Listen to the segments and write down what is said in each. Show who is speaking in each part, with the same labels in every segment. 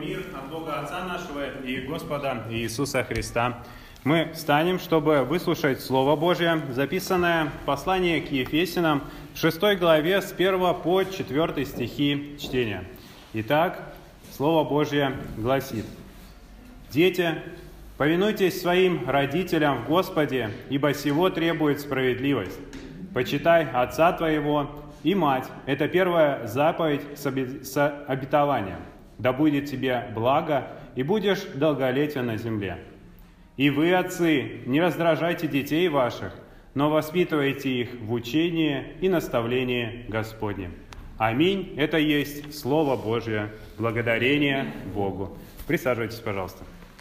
Speaker 1: мир от Бога Отца нашего и Господа Иисуса Христа. Мы встанем, чтобы выслушать Слово Божье, записанное в послании к Ефесянам, в 6 главе с 1 по 4 стихи чтения. Итак, Слово Божье гласит: «Дети, повинуйтесь своим родителям в Господе, ибо сего требует справедливость. Почитай отца твоего и мать». Это первая заповедь с обетованием. «Да будет тебе благо, и будешь долголетен на земле. И вы, отцы, не раздражайте детей ваших, но воспитывайте их в учении и наставлении Господнем». Аминь. Это есть Слово Божье. Благодарение Богу. Присаживайтесь, пожалуйста.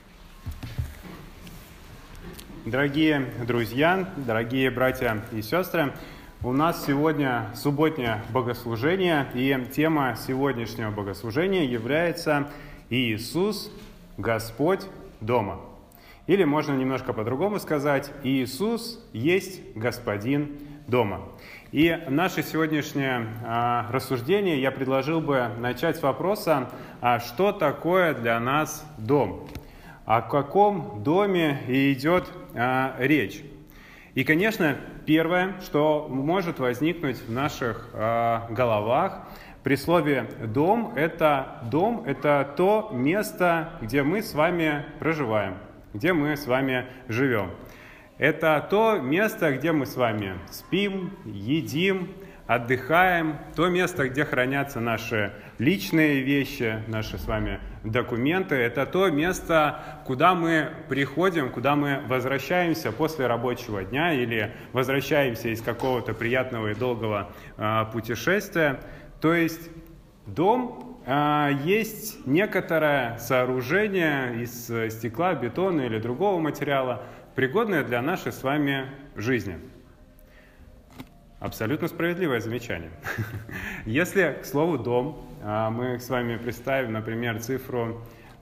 Speaker 1: Дорогие друзья, дорогие братья и сестры, у нас сегодня субботнее богослужение, и тема сегодняшнего богослужения является «Иисус, Господь дома». Или можно немножко по-другому сказать: «Иисус есть Господин дома». И наше сегодняшнее рассуждение я предложил бы начать с вопроса: а что такое для нас дом? О каком доме идет речь? И, конечно, первое, что может возникнуть в наших головах при слове «дом» — это то место, где мы с вами проживаем, где мы с вами живем. Это то место, где мы с вами спим, едим, отдыхаем, то место, где хранятся наши личные вещи, наши с вами документы. Это то место, куда мы приходим, куда мы возвращаемся после рабочего дня или возвращаемся из какого-то приятного и долгого путешествия. То есть дом есть некоторое сооружение из стекла, бетона или другого материала, пригодное для нашей с вами жизни. Абсолютно справедливое замечание. Если к слову «дом» мы с вами представим, например, цифру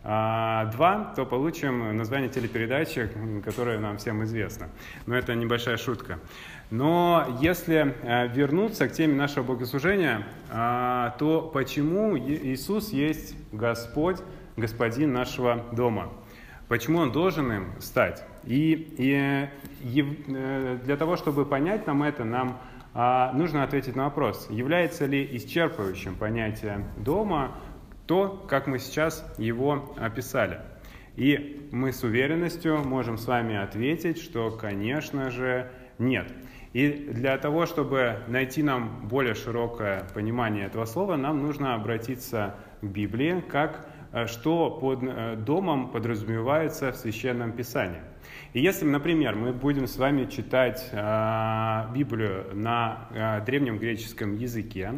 Speaker 1: 2, то получим название телепередачи, которая нам всем известна. Но это небольшая шутка. Но если вернуться к теме нашего богослужения, то почему Иисус есть Господь, Господин нашего дома? Почему Он должен им стать? И для того, чтобы понять нам это, нам нужно ответить на вопрос: является ли исчерпывающим понятие дома то, как мы сейчас его описали? И мы с уверенностью можем с вами ответить, что, конечно же, нет. И для того, чтобы найти нам более широкое понимание этого слова, нам нужно обратиться к Библии, что под домом подразумевается в Священном Писании. И если, например, мы будем с вами читать Библию на древнем греческом языке,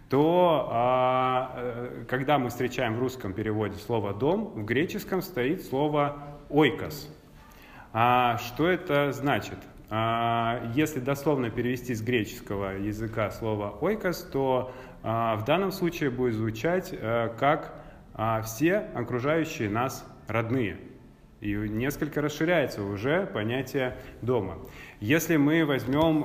Speaker 1: то когда мы встречаем в русском переводе слово «дом», в греческом стоит слово «ойкос». Что это значит? Если дословно перевести с греческого языка слово «ойкос», то в данном случае будет звучать как «все окружающие нас родные». И несколько расширяется уже понятие дома. Если мы возьмем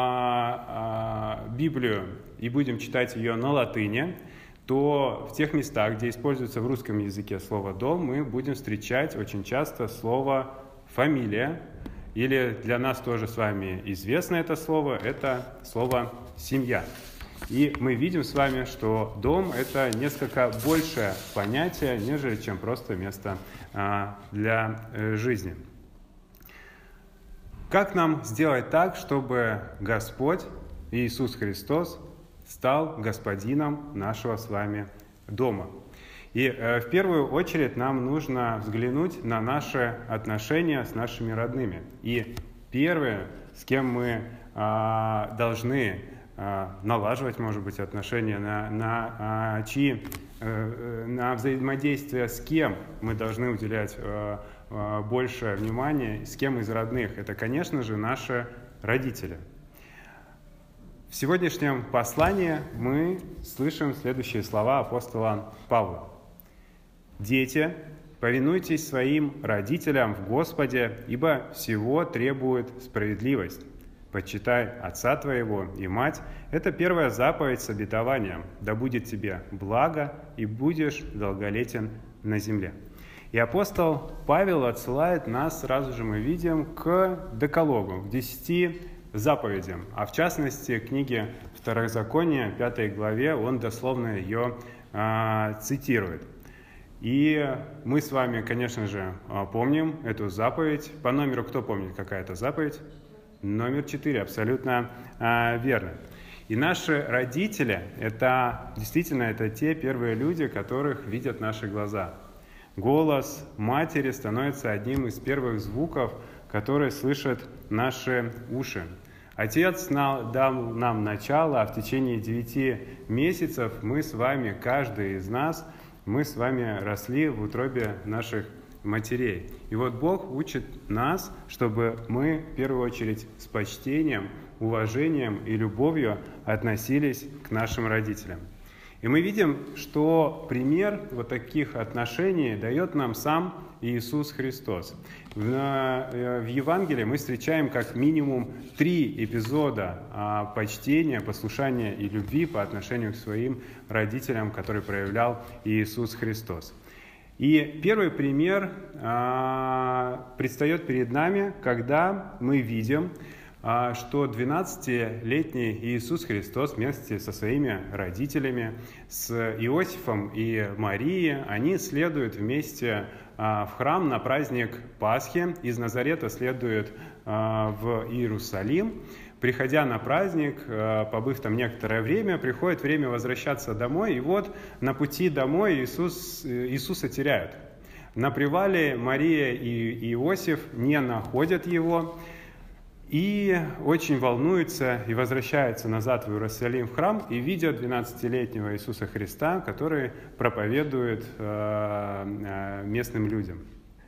Speaker 1: Библию и будем читать ее на латыни, то в тех местах, где используется в русском языке слово «дом», мы будем встречать очень часто слово «фамилия», или для нас тоже с вами известно это слово «семья». И мы видим с вами, что дом – это несколько большее понятие, нежели чем просто место для жизни. Как нам сделать так, чтобы Господь Иисус Христос стал Господином нашего с вами дома? И в первую очередь нам нужно взглянуть на наши отношения с нашими родными. И первое, с кем мы должны налаживать, может быть, отношения, на взаимодействие с кем мы должны уделять большее внимание, с кем из родных. Это, конечно же, наши родители. В сегодняшнем послании мы слышим следующие слова апостола Павла. «Дети, повинуйтесь своим родителям в Господе, ибо всего требует справедливость. Почитай отца твоего и мать. Это первая заповедь с обетованием. Да будет тебе благо, и будешь долголетен на земле. И апостол Павел отсылает нас, сразу же мы видим, к Декалогу, к 10 заповедям. А в частности, книге Второзакония, 5 главе, он дословно ее цитирует. И мы с вами, конечно же, помним эту заповедь. По номеру кто помнит, какая это заповедь? Номер 4, абсолютно верно. И наши родители, это те первые люди, которых видят наши глаза. Голос матери становится одним из первых звуков, которые слышат наши уши. Отец дал нам начало, а в течение 9 месяцев мы с вами, каждый из нас, мы с вами росли в утробе наших матерей. И вот Бог учит нас, чтобы мы в первую очередь с почтением, уважением и любовью относились к нашим родителям. И мы видим, что пример вот таких отношений дает нам сам Иисус Христос. В Евангелии мы встречаем как минимум 3 эпизода почтения, послушания и любви по отношению к своим родителям, которые проявлял Иисус Христос. И первый пример предстает перед нами, когда мы видим, что 12-летний Иисус Христос вместе со своими родителями, с Иосифом и Марией, они следуют вместе в храм на праздник Пасхи. Из Назарета следуют в Иерусалим. Приходя на праздник, побыв там некоторое время, приходит время возвращаться домой, и вот на пути домой Иисуса теряют. На привале Мария и Иосиф не находят его, и очень волнуются и возвращаются назад в Иерусалим в храм и видят 12-летнего Иисуса Христа, который проповедует местным людям.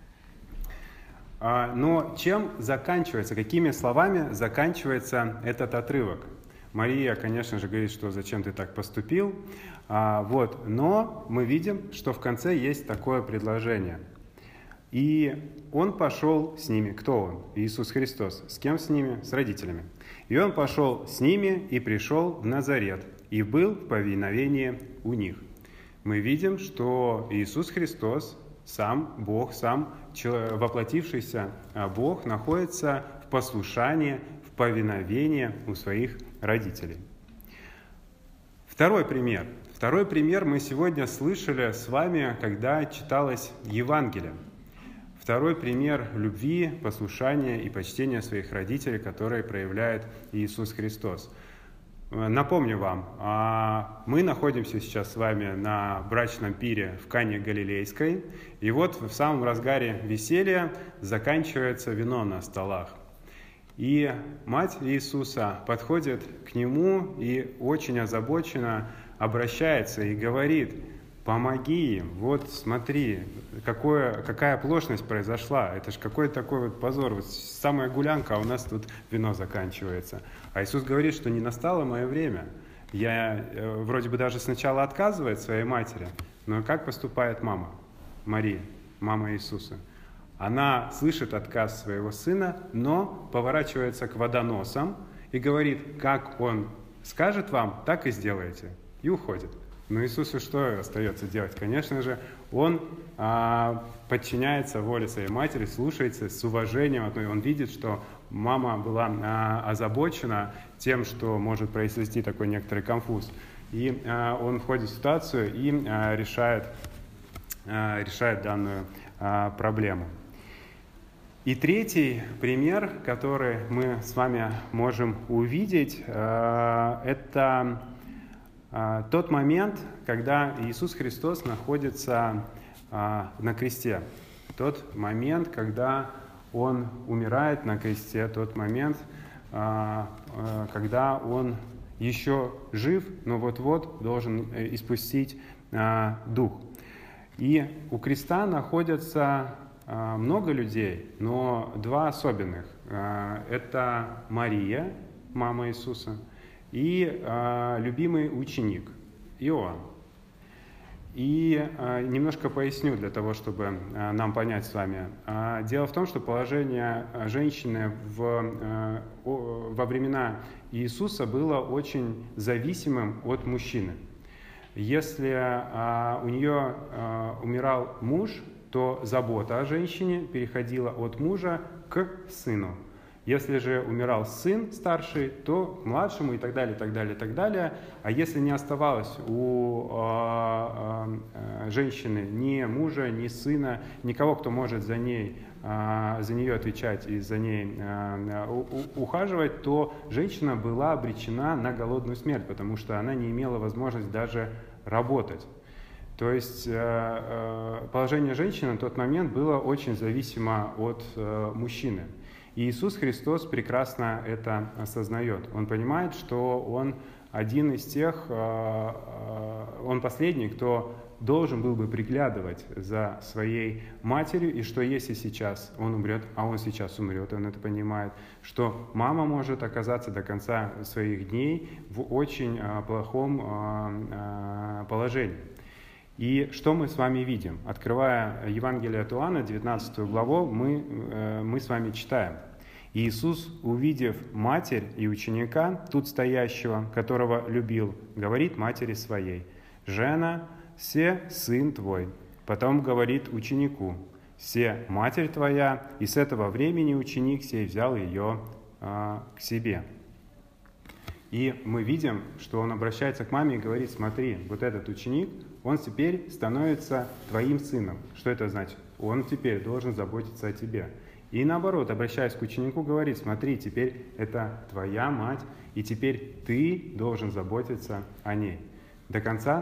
Speaker 1: Но чем заканчивается, какими словами заканчивается этот отрывок? Мария, конечно же, говорит, что зачем ты так поступил, но мы видим, что в конце есть такое предложение. И он пошел с ними. Кто он? Иисус Христос. С кем с ними? С родителями. И он пошел с ними и пришел в Назарет, и был в повиновении у них. Мы видим, что Иисус Христос, сам Бог, сам воплотившийся Бог, находится в послушании, в повиновении у своих родителей. Второй пример. Второй пример мы сегодня слышали с вами, когда читалось Евангелие. Второй пример любви, послушания и почтения своих родителей, которые проявляет Иисус Христос. Напомню вам, мы находимся сейчас с вами на брачном пире в Кане Галилейской, и вот в самом разгаре веселья заканчивается вино на столах. И мать Иисуса подходит к нему и очень озабоченно обращается и говорит: помоги им, вот смотри, какая оплошность произошла, это же какой такой вот позор, вот самая гулянка, а у нас тут вино заканчивается. А Иисус говорит, что не настало мое время. Я вроде бы даже сначала отказывает своей матери, но как поступает мама, Мария, мама Иисуса? Она слышит отказ своего сына, но поворачивается к водоносам и говорит: как он скажет вам, так и сделайте, и уходит. Но Иисусу что остается делать? Конечно же, он подчиняется воле своей матери, слушается с уважением. Он видит, что мама была озабочена тем, что может произвести такой некоторый конфуз. И он входит в ситуацию и решает данную проблему. И третий пример, который мы с вами можем увидеть, это тот момент, когда Иисус Христос находится на кресте. Тот момент, когда Он умирает на кресте. Тот момент, когда Он еще жив, но вот-вот должен испустить дух. И у креста находятся много людей, но два особенных. Это Мария, мама Иисуса, и любимый ученик Иоанн. И немножко поясню для того, чтобы нам понять с вами. Дело в том, что положение женщины во времена Иисуса было очень зависимым от мужчины. Если у нее умирал муж, то забота о женщине переходила от мужа к сыну. Если же умирал сын старший, то к младшему и так далее, и так далее, и так далее. А если не оставалось у женщины ни мужа, ни сына, никого, кто может за нее отвечать и за ней ухаживать, то женщина была обречена на голодную смерть, потому что она не имела возможности даже работать. То есть положение женщины на тот момент было очень зависимо от мужчины. И Иисус Христос прекрасно это осознает. Он понимает, что Он один из тех, Он последний, кто должен был бы приглядывать за своей матерью, и что если сейчас он умрет, а он сейчас умрет, он это понимает, что мама может оказаться до конца своих дней в очень плохом положении. И что мы с вами видим? Открывая Евангелие от Иоанна, 19 главу, мы с вами читаем. Иисус, увидев матерь и ученика, тут стоящего, которого любил, говорит матери своей: «Жена, се сын твой». Потом говорит ученику: «Се матерь твоя». И с этого времени ученик сей взял ее к себе. И мы видим, что он обращается к маме и говорит: смотри, вот этот ученик, он теперь становится твоим сыном. Что это значит? Он теперь должен заботиться о тебе. И наоборот, обращаясь к ученику, говорит: смотри, теперь это твоя мать, и теперь ты должен заботиться о ней. До конца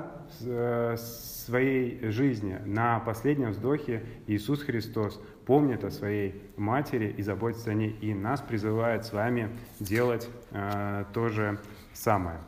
Speaker 1: своей жизни, на последнем вздохе, Иисус Христос помнит о своей матери и заботится о ней, и нас призывает с вами делать то же самое.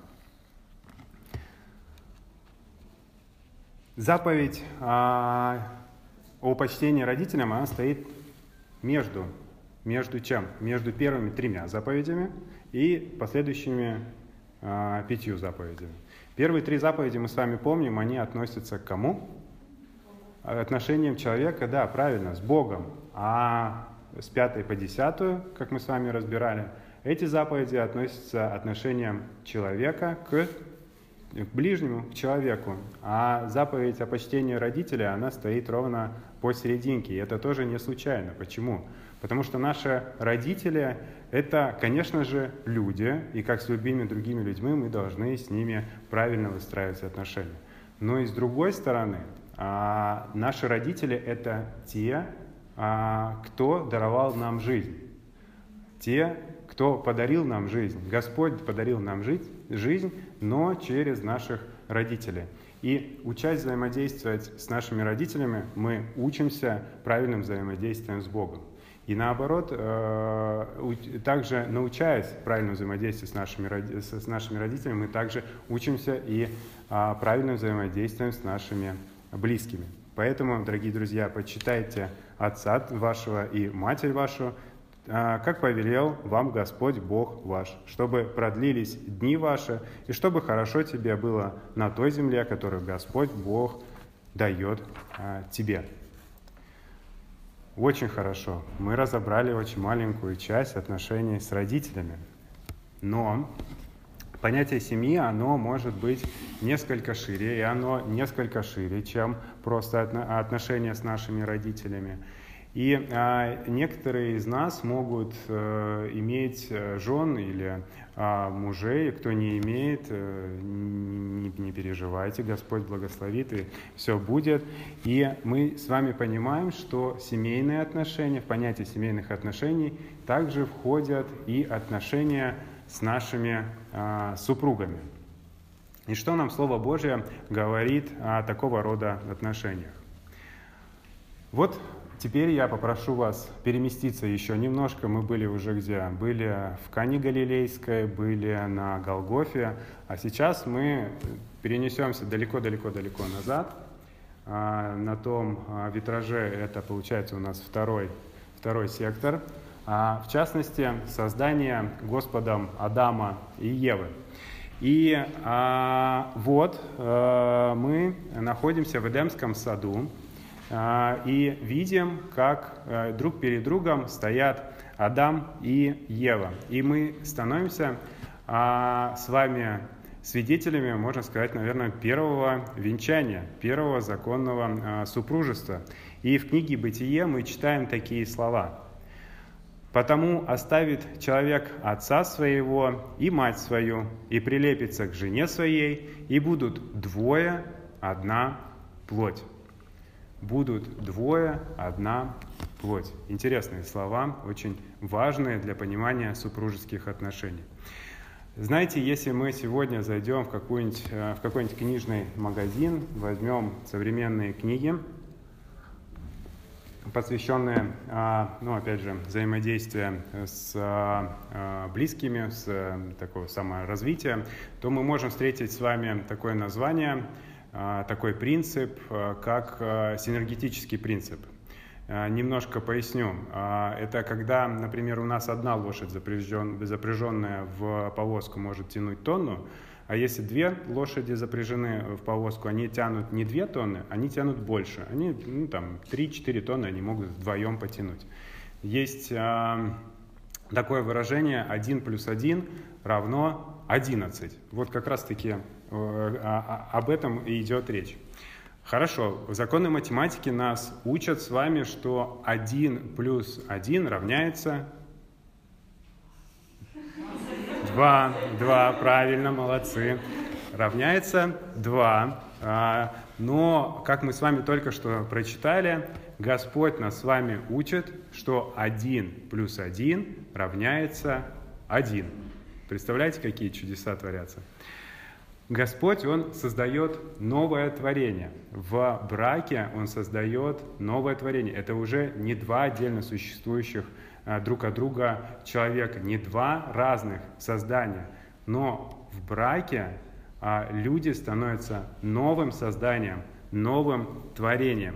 Speaker 1: Заповедь о почтении родителям, она стоит между чем? Между первыми 3 заповедями и последующими 5 заповедями. Первые 3 заповеди мы с вами помним, они относятся к кому? Отношениям человека, да, правильно, с Богом. А с 5 по 10, как мы с вами разбирали, эти заповеди относятся отношениям человека к ближнему, к человеку. А заповедь о почтении родителей, она стоит ровно посерединке. И это тоже не случайно. Почему? Потому что наши родители – это, конечно же, люди, и как с любыми другими людьми мы должны с ними правильно выстраивать отношения. Но и с другой стороны, наши родители – это те, кто даровал нам жизнь. Те, кто подарил нам жизнь. Господь подарил нам жизнь, но через наших родителей. И учась взаимодействовать с нашими родителями, мы учимся правильным взаимодействием с Богом. И наоборот, также научаясь правильному взаимодействию с нашими родителями, мы также учимся и правильным взаимодействием с нашими близкими. Поэтому, дорогие друзья, почитайте отца вашего и матерь вашу, как повелел вам Господь Бог ваш, чтобы продлились дни ваши, и чтобы хорошо тебе было на той земле, которую Господь Бог дает тебе. Очень хорошо. Мы разобрали очень маленькую часть отношений с родителями. Но понятие семьи, оно может быть несколько шире, и оно несколько шире, чем просто отношения с нашими родителями. И некоторые из нас могут иметь жен или мужей, кто не имеет, не переживайте, Господь благословит, и все будет. И мы с вами понимаем, что семейные отношения, в понятие семейных отношений также входят и отношения с нашими супругами. И что нам Слово Божье говорит о такого рода отношениях? Вот теперь я попрошу вас переместиться еще немножко. Мы были уже где? Были в Кане Галилейской, были на Голгофе. А сейчас мы перенесемся далеко-далеко-далеко назад. На том витраже это получается у нас второй сектор. В частности, создание Господом Адама и Евы. И вот мы находимся в Эдемском саду и видим, как друг перед другом стоят Адам и Ева. И мы становимся с вами свидетелями, можно сказать, наверное, первого венчания, первого законного супружества. И в книге «Бытие» мы читаем такие слова. «Потому оставит человек отца своего и мать свою, и прилепится к жене своей, и будут двое одна плоть». Будут двое одна плоть. Интересные слова, очень важные для понимания супружеских отношений. Знаете, если мы сегодня зайдем в какой-нибудь книжный магазин, возьмем современные книги, посвященные, опять же, взаимодействию с близкими, с такого саморазвития, то мы можем встретить с вами такое название, такой принцип, как синергетический принцип. Немножко поясню. Это когда, например, у нас одна лошадь, запряженная в повозку, может тянуть тонну, а если две лошади запряжены в повозку, они тянут не 2 тонны, они тянут больше. Они 3-4 тонны они могут вдвоем потянуть. Есть такое выражение 1 + 1 равно 11. Вот как раз-таки об этом и идет речь. Хорошо, законы математики нас учат с вами, что 1 + 1 равняется 2. 2, правильно, молодцы. Равняется 2. Но, как мы с вами только что прочитали, Господь нас с вами учит, что 1 + 1 равняется 1. Представляете, какие чудеса творятся? Господь, Он создает новое творение. В браке Он создает новое творение. Это уже не 2 отдельно существующих друг от друга человека, не 2 разных создания. Но в браке люди становятся новым созданием, новым творением.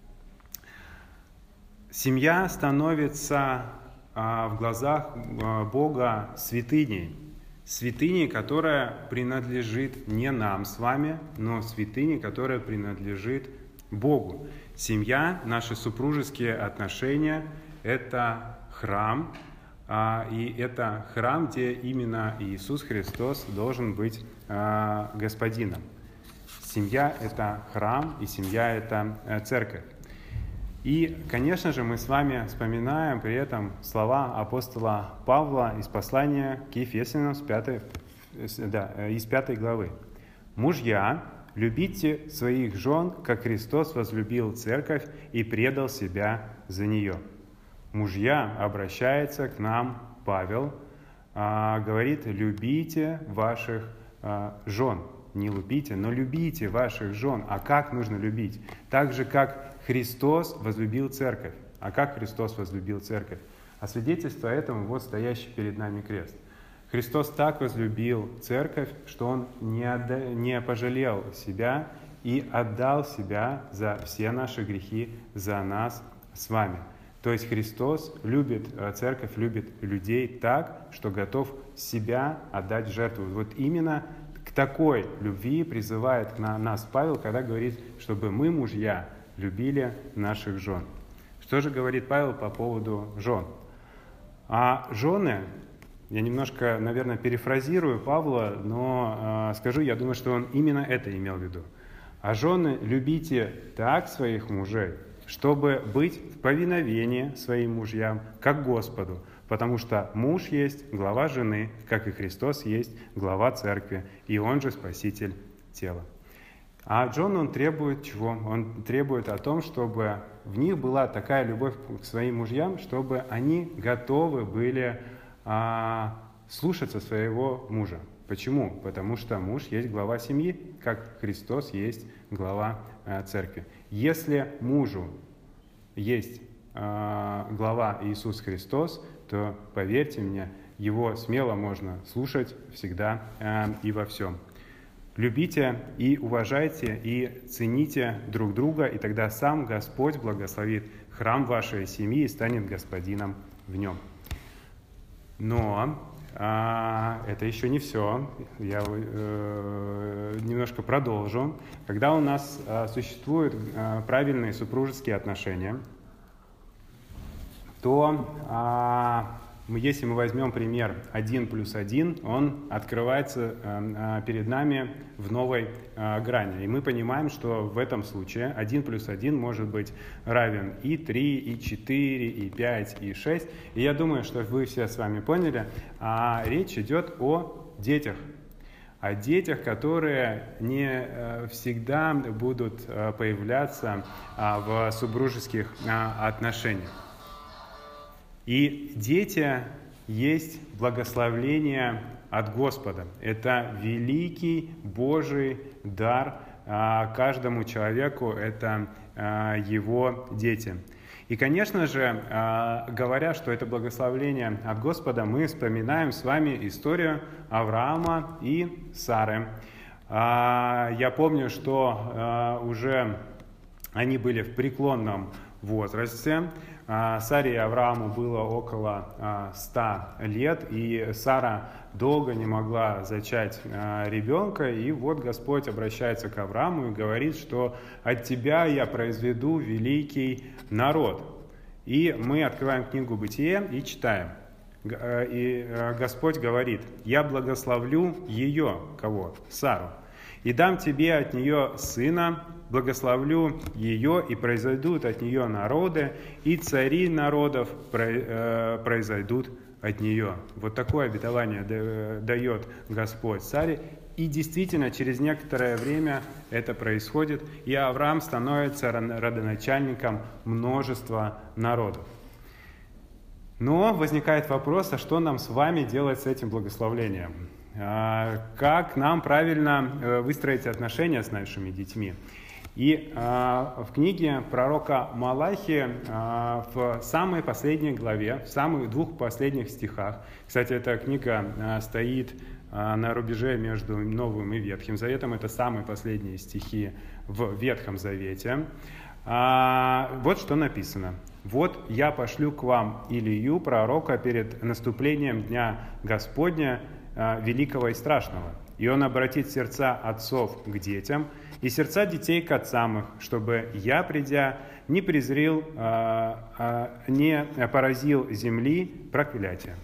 Speaker 1: Семья становится в глазах Бога святыней. Святыней, которая принадлежит не нам с вами, но святыней, которая принадлежит Богу. Семья, наши супружеские отношения – это храм, и это храм, где именно Иисус Христос должен быть господином. Семья – это храм, и семья – это церковь. И, конечно же, мы с вами вспоминаем при этом слова апостола Павла из послания к Ефесянам из 5 главы. «Мужья, любите своих жен, как Христос возлюбил церковь и предал себя за нее». Мужья, обращается к нам Павел, говорит: любите ваших жен. Не лупите, но любите ваших жен. А как нужно любить? Так же, как Христос возлюбил церковь. А как Христос возлюбил церковь? А свидетельство этому вот стоящий перед нами крест. Христос так возлюбил церковь, что Он не пожалел себя и отдал себя за все наши грехи, за нас с вами. То есть Христос любит церковь, любит людей так, что готов себя отдать в жертву. Вот именно к такой любви призывает нас Павел, когда говорит, чтобы мы, мужья, любили наших жен. Что же говорит Павел по поводу жен? А жены, я немножко, наверное, перефразирую Павла, но скажу, я думаю, что он именно это имел в виду. А жены, любите так своих мужей, чтобы быть в повиновении своим мужьям, как Господу, потому что муж есть глава жены, как и Христос есть глава церкви, и Он же Спаситель тела. А Джон, он требует чего? Он требует о том, чтобы в них была такая любовь к своим мужьям, чтобы они готовы были слушаться своего мужа. Почему? Потому что муж есть глава семьи, как Христос есть глава церкви. Если мужу есть глава Иисус Христос, то, поверьте мне, его смело можно слушать всегда и во всем. Любите и уважайте и цените друг друга, и тогда сам Господь благословит храм вашей семьи и станет господином в нем. Но это еще не все. Я немножко продолжу. Когда у нас существуют правильные супружеские отношения, то если мы возьмем пример 1 плюс 1, он открывается перед нами в новой грани. И мы понимаем, что в этом случае 1 плюс 1 может быть равен и 3, и 4, и 5, и 6. И я думаю, что вы все с вами поняли, речь идет о детях. О детях, которые не всегда будут появляться в супружеских отношениях. И дети есть благословление от Господа. Это великий Божий дар каждому человеку, это его дети. И, конечно же, говоря, что это благословение от Господа, мы вспоминаем с вами историю Авраама и Сары. Я помню, что уже они были в преклонном возрасте. Саре и Аврааму было около 100 лет, и Сара долго не могла зачать ребенка, и вот Господь обращается к Аврааму и говорит, что от тебя я произведу великий народ. И мы открываем книгу Бытие и читаем. И Господь говорит: я благословлю ее, кого? Сару, и дам тебе от нее сына, благословлю ее, и произойдут от нее народы, и цари народов произойдут от нее. Вот такое обетование дает Господь Саре. И действительно, через некоторое время это происходит, и Авраам становится родоначальником множества народов. Но возникает вопрос, а что нам с вами делать с этим благословлением? Как нам правильно выстроить отношения с нашими детьми? И в книге пророка Малахи в самой последней главе, в самых 2 последних стихах, кстати, эта книга стоит на рубеже между Новым и Ветхим Заветом, это самые последние стихи в Ветхом Завете. Вот что написано. «Вот я пошлю к вам Илию, пророка, перед наступлением Дня Господня, великого и страшного. И он обратит сердца отцов к детям, и сердца детей к отцам их, чтобы я, придя, не презрел, не поразил земли проклятия».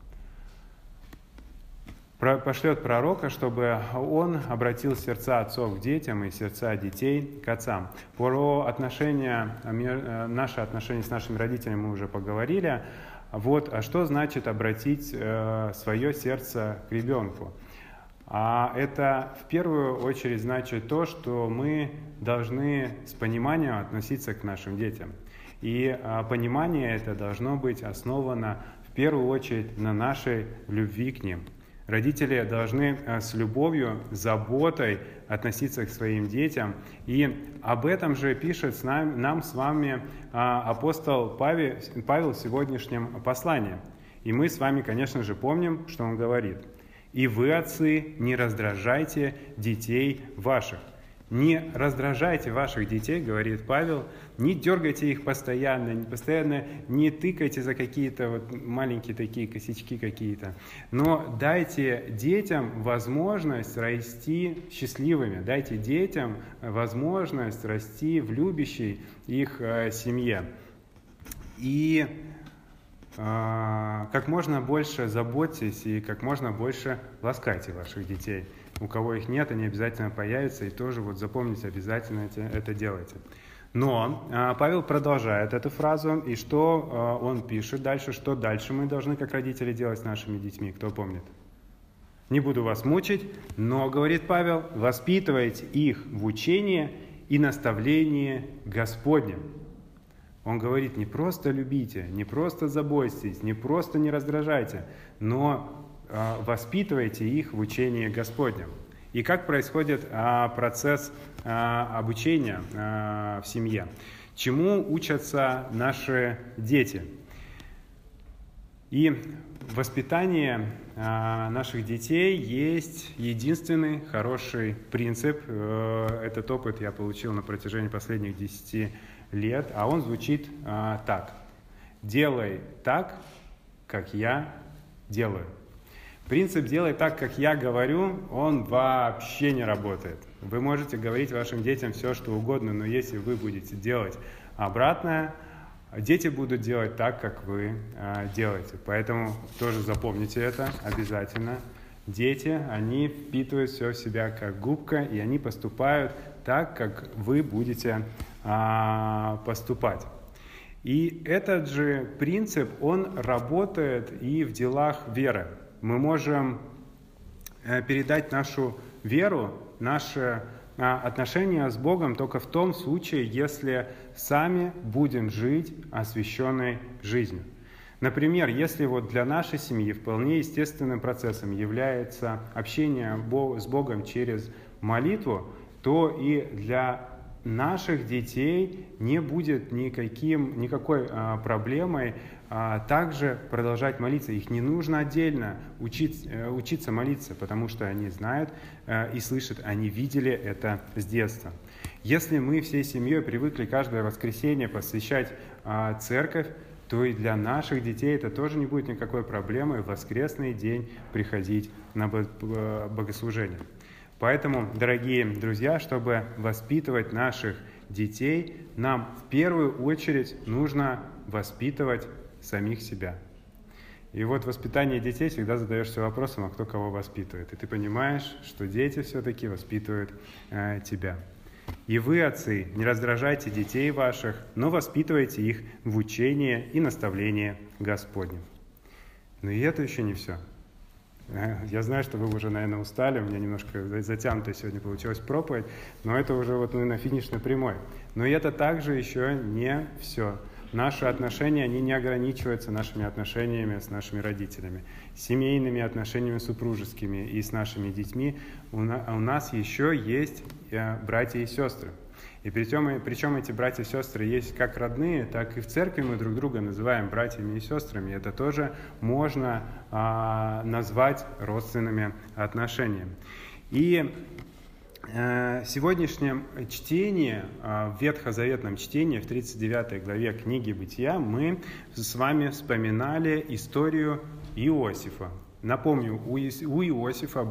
Speaker 1: Пошлет пророка, чтобы он обратил сердца отцов к детям и сердца детей к отцам. Про наши отношения с нашими родителями мы уже поговорили. Вот, а что значит обратить свое сердце к ребенку? Это в первую очередь значит то, что мы должны с пониманием относиться к нашим детям. И понимание это должно быть основано в первую очередь на нашей любви к ним. Родители должны с любовью, заботой относиться к своим детям. И об этом же пишет нам с вами апостол Павел в сегодняшнем послании. И мы с вами, конечно же, помним, что он говорит. «И вы, отцы, не раздражайте детей ваших». Не раздражайте ваших детей, говорит Павел, не дергайте их постоянно не тыкайте за какие-то маленькие такие косячки какие-то, но дайте детям возможность расти счастливыми, дайте детям возможность расти в любящей их семье. И как можно больше заботьтесь и как можно больше ласкайте ваших детей. У кого их нет, они обязательно появятся, и тоже запомните, обязательно это делайте. Но Павел продолжает эту фразу, и что он пишет дальше, что дальше мы должны, как родители, делать с нашими детьми, кто помнит? Не буду вас мучить, но, говорит Павел, воспитывайте их в учении и наставлении Господнем. Он говорит, не просто любите, не просто заботьтесь, не просто не раздражайте, но воспитывайте их в учении Господнем. И как происходит процесс обучения в семье? Чему учатся наши дети? И в воспитании наших детей есть единственный хороший принцип. Этот опыт я получил на протяжении последних 10 лет, а он звучит так. «Делай так, как я делаю». Принцип «делай так, как я говорю», он вообще не работает. Вы можете говорить вашим детям все, что угодно, но если вы будете делать обратное, дети будут делать так, как вы делаете. Поэтому тоже запомните это обязательно. Дети, они впитывают все в себя как губка, и они поступают так, как вы будете поступать. И этот же принцип, он работает и в делах веры. Мы можем передать нашу веру, наше отношения с Богом только в том случае, если сами будем жить освященной жизнью. Например, если вот для нашей семьи вполне естественным процессом является общение с Богом через молитву, то и для наших детей не будет никакой проблемой также продолжать молиться. Их не нужно отдельно учиться молиться, потому что они знают и слышат, они видели это с детства. Если мы всей семьей привыкли каждое воскресенье посвящать церковь, то и для наших детей это тоже не будет никакой проблемой в воскресный день приходить на богослужение. Поэтому, дорогие друзья, чтобы воспитывать наших детей, нам в первую очередь нужно воспитывать самих себя. И вот воспитание детей всегда задаешься вопросом, а кто кого воспитывает. И ты понимаешь, что дети все-таки воспитывают тебя. И вы, отцы, не раздражайте детей ваших, но воспитывайте их в учении и наставлении Господнем. Но и это еще не все. Я знаю, что вы уже, наверное, устали, у меня немножко затянутая сегодня получилась проповедь, но это уже вот мы на финишной прямой. Но это также еще не все. Наши отношения, они не ограничиваются нашими отношениями с нашими родителями, семейными отношениями супружескими и с нашими детьми. У нас еще есть братья и сестры. И причем эти братья и сестры есть как родные, так и в церкви мы друг друга называем братьями и сестрами. Это тоже можно назвать родственными отношениями. И в сегодняшнем чтении, в ветхозаветном чтении, в 39 главе книги «Бытия», мы с вами вспоминали историю Иосифа. Напомню, у Иосифа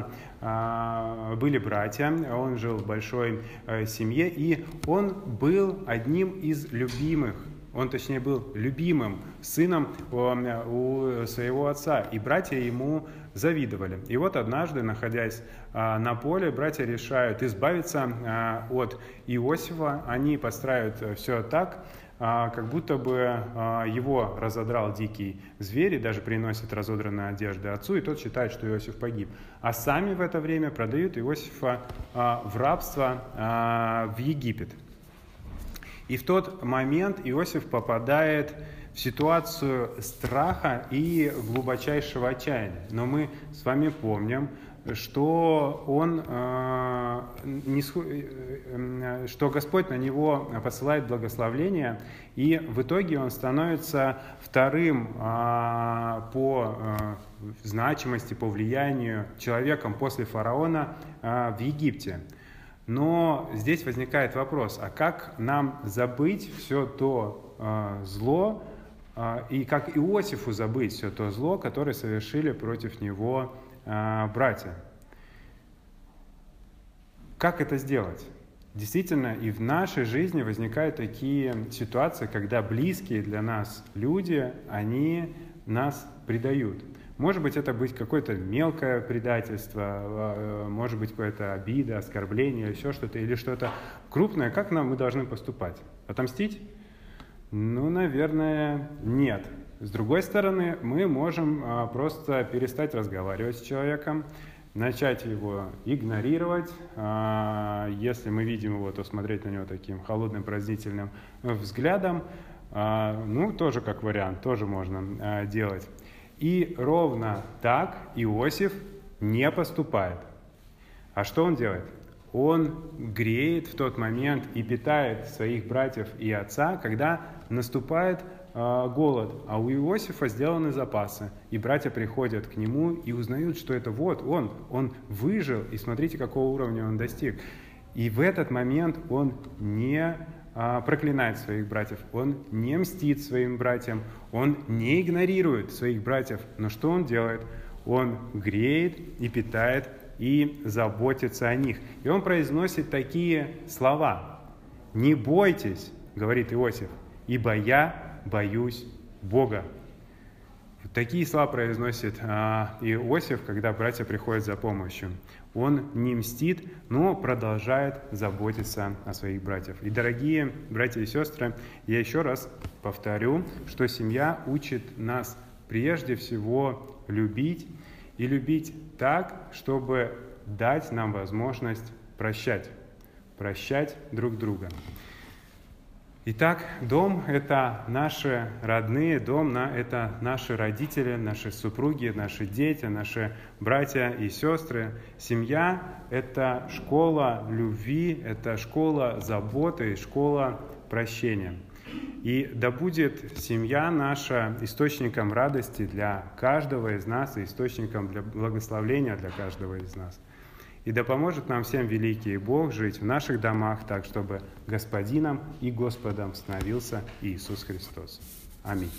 Speaker 1: были братья, он жил в большой семье, и он был одним из любимых, он, точнее, был любимым сыном у своего отца, и братья ему завидовали. И вот однажды, находясь на поле, братья решают избавиться от Иосифа, они подстраивают все так, как будто бы его разодрал дикий зверь, и даже приносят разодранные одежды отцу, и тот считает, что Иосиф погиб. А сами в это время продают Иосифа в рабство в Египет. И в тот момент Иосиф попадает в ситуацию страха и глубочайшего отчаяния. Но мы с вами помним, что что Господь на него посылает благословление, и в итоге он становится вторым по значимости, по влиянию человеком после фараона в Египте. Но здесь возникает вопрос, а как нам забыть все то зло, и как Иосифу забыть все то зло, которое совершили против него братья? Как это сделать? Действительно, и в нашей жизни возникают такие ситуации, когда близкие для нас люди, они нас предают. Может быть, это быть какое-то мелкое предательство, может быть, какая-то обида, оскорбление, или еще что-то, или что-то крупное. Как мы должны поступать? Отомстить? Ну, наверное, нет. С другой стороны, мы можем просто перестать разговаривать с человеком, начать его игнорировать. Если мы видим его, то смотреть на него таким холодным, пронзительным взглядом. Тоже как вариант, тоже можно делать. И ровно так Иосиф не поступает. А что он делает? Он греет в тот момент и питает своих братьев и отца, когда наступает голод. А у Иосифа сделаны запасы. И братья приходят к нему и узнают, что это вот он выжил, и смотрите, какого уровня он достиг. И в этот момент он не проклинает своих братьев, он не мстит своим братьям, он не игнорирует своих братьев. Но что он делает? Он греет и питает и заботится о них. И он произносит такие слова. «Не бойтесь, — говорит Иосиф, — ибо я боюсь Бога». Вот такие слова произносит Иосиф, когда братья приходят за помощью. Он не мстит, но продолжает заботиться о своих братьях. И, дорогие братья и сестры, я еще раз повторю, что семья учит нас прежде всего любить, и любить так, чтобы дать нам возможность прощать друг друга. Итак, дом – это наши родные, дом – это наши родители, наши супруги, наши дети, наши братья и сестры. Семья – это школа любви, это школа заботы, школа прощения. И да будет семья наша источником радости для каждого из нас и источником для благословения для каждого из нас. И да поможет нам всем великий Бог жить в наших домах так, чтобы Господином и Господом становился Иисус Христос. Аминь.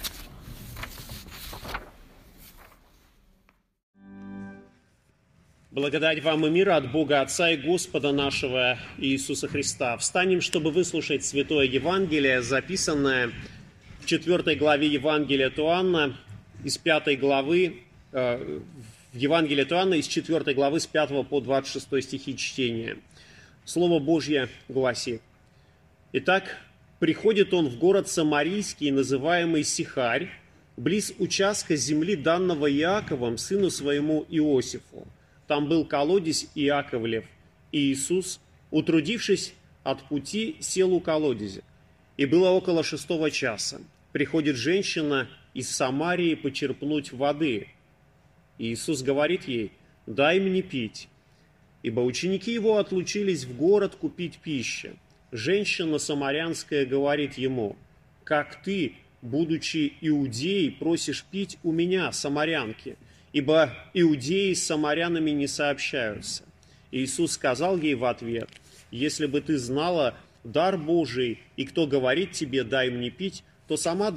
Speaker 2: Благодать вам и мир от Бога Отца и Господа нашего Иисуса Христа. Встанем, чтобы выслушать Святое Евангелие, записанное в 4 главе Евангелия от Иоанна, из 5 главы, в Евангелии от Иоанна, из 4 главы, с 5 по 26 стихи чтения. Слово Божье гласит: «Итак, приходит он в город Самарийский, называемый Сихарь, близ участка земли, данного Иаковом, сыну своему Иосифу. Там был колодезь Иаковлев, и Иисус, утрудившись от пути, сел у колодезя. И было около 6 часа. Приходит женщина из Самарии почерпнуть воды. И Иисус говорит ей: дай мне пить. Ибо ученики его отлучились в город купить пищи. Женщина самарянская говорит ему: как ты, будучи иудеей, просишь пить у меня, самарянки? Ибо иудеи с самарянами не сообщаются. И Иисус сказал ей в ответ: если бы ты знала дар Божий, и кто говорит тебе: дай мне пить, то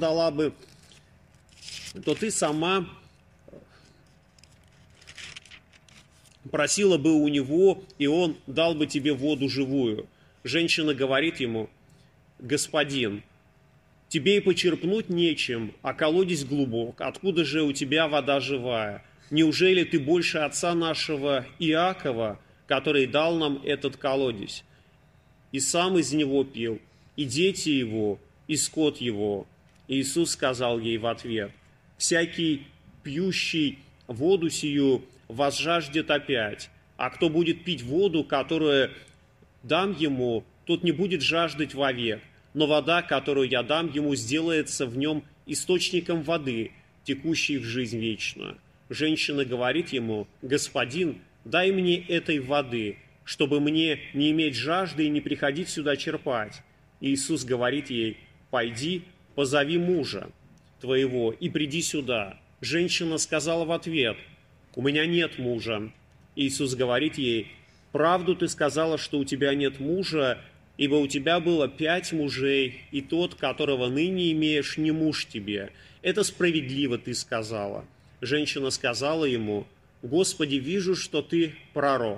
Speaker 2: ты сама просила бы у него, и он дал бы тебе воду живую. Женщина говорит ему: господин, тебе и почерпнуть нечем, а колодезь глубок. Откуда же у тебя вода живая? Неужели ты больше отца нашего Иакова, который дал нам этот колодезь? И сам из него пил, и дети его, и скот его. И Иисус сказал ей в ответ: всякий пьющий воду сию возжаждет опять, а кто будет пить воду, которую дам ему, тот не будет жаждать вовек. Но вода, которую я дам ему, сделается в нем источником воды, текущей в жизнь вечную. Женщина говорит ему: господин, дай мне этой воды, чтобы мне не иметь жажды и не приходить сюда черпать. И Иисус говорит ей: пойди, позови мужа твоего и приди сюда. Женщина сказала в ответ: у меня нет мужа. Иисус говорит ей: правду ты сказала, что у тебя нет мужа, ибо у тебя было 5 мужей, и тот, которого ныне имеешь, не муж тебе. Это справедливо ты сказала. Женщина сказала ему: Господи, вижу, что ты пророк.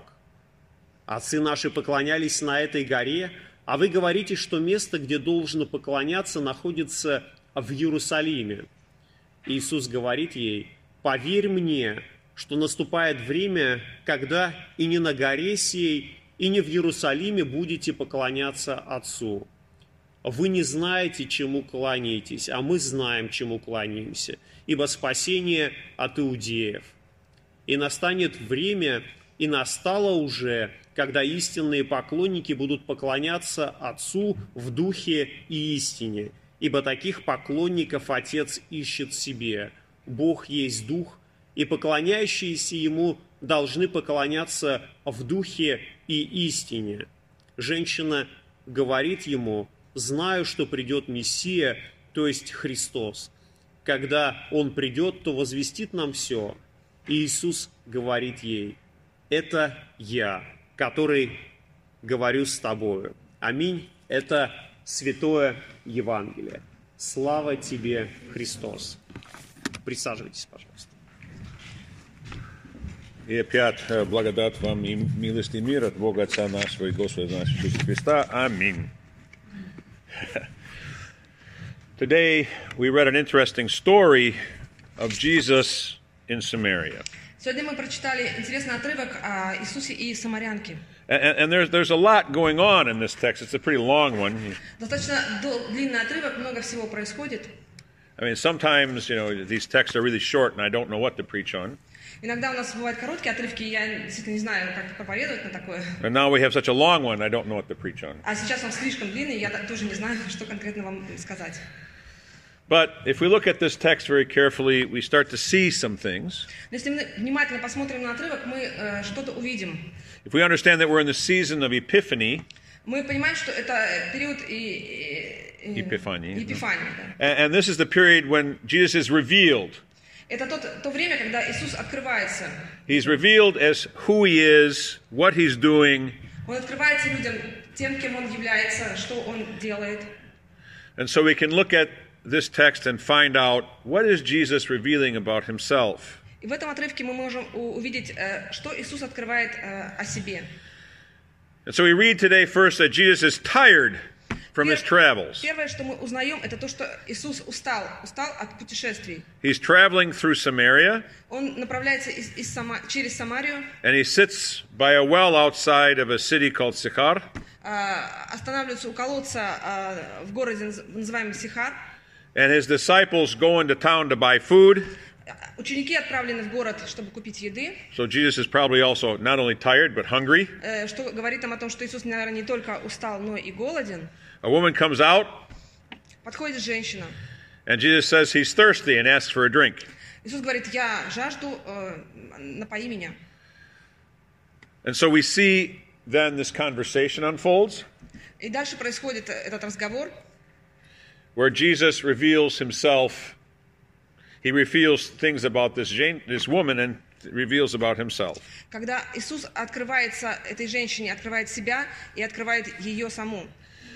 Speaker 2: Отцы наши поклонялись на этой горе, а вы говорите, что место, где должно поклоняться, находится в Иерусалиме. Иисус говорит ей: поверь мне, что наступает время, когда и не на горе сей, и не в Иерусалиме будете поклоняться Отцу. Вы не знаете, чему кланяетесь, а мы знаем, чему кланяемся, ибо спасение от иудеев. И настанет время, и настало уже, когда истинные поклонники будут поклоняться Отцу в духе и истине, ибо таких поклонников Отец ищет себе. Бог есть Дух, и поклоняющиеся Ему должны поклоняться в духе и истине. Женщина говорит Ему: знаю, что придет Мессия, то есть Христос. Когда Он придет, то возвестит нам все. И Иисус говорит ей: это я, который говорю с тобою. Аминь. Это Святое Евангелие. Слава тебе, Христос. Присаживайтесь, пожалуйста.
Speaker 3: И опять благодать вам и милость и мир от Бога Отца нашего и Господа нашего Иисуса Христа. Аминь. Today we read an interesting story of Jesus in Samaria.
Speaker 4: Сегодня мы прочитали интересный отрывок о Иисусе и самарянке.
Speaker 3: And there's a lot going on in this text. It's a pretty long one.
Speaker 4: Достаточно длинный отрывок, много всего происходит.
Speaker 3: I mean, sometimes, these texts are really short and I don't know what to preach on.
Speaker 4: Иногда у нас бывают короткие отрывки, и я действительно не знаю, как проповедовать на такое.
Speaker 3: And now we have such a long one, I don't know what to preach on.
Speaker 4: А сейчас он слишком длинный, я тоже не знаю, что конкретно вам сказать.
Speaker 3: But if we look at this text very carefully, we start to see some things.
Speaker 4: Но если мы внимательно посмотрим на отрывок, мы что-то увидим.
Speaker 3: If we understand that we're in the season of Epiphany,
Speaker 4: Мы понимаем, что это период
Speaker 3: Епифании.
Speaker 4: Епифании, да.
Speaker 3: And this is the period when Jesus is revealed.
Speaker 4: Это то время, когда Иисус открывается.
Speaker 3: He's revealed as who he is, what he's doing.
Speaker 4: Он открывается людям тем, кем он является, что он делает.
Speaker 3: And so we can look at this text and find out what is Jesus revealing about himself.
Speaker 4: И в этом отрывке мы можем увидеть, что Иисус открывает о себе.
Speaker 3: And so we read today first that Jesus is tired from his travels.
Speaker 4: Первое, что мы узнаем, это то, что Иисус устал от путешествий.
Speaker 3: He's traveling through Samaria.
Speaker 4: Он направляется через Самарию.
Speaker 3: And he sits by a well outside of a city called Sychar.
Speaker 4: Останавливается у колодца в городе, называемом Сихар.
Speaker 3: And his disciples go into town to buy food.
Speaker 4: Ученики отправлены в город, чтобы купить еды.
Speaker 3: So Jesus is probably also not only tired but hungry.
Speaker 4: Что говорит нам о том, что Иисус, наверное, не только устал, но и голоден.
Speaker 3: A woman comes out.
Speaker 4: Подходит женщина.
Speaker 3: And Jesus says he's thirsty and asks for a drink.
Speaker 4: Иисус говорит: я жажду, напои меня.
Speaker 3: And so we see then this conversation unfolds.
Speaker 4: И дальше происходит этот разговор,
Speaker 3: where Jesus reveals himself. He reveals things about this woman and reveals about himself.
Speaker 4: Когда Иисус открывается этой женщине, открывает себя и открывает ее саму.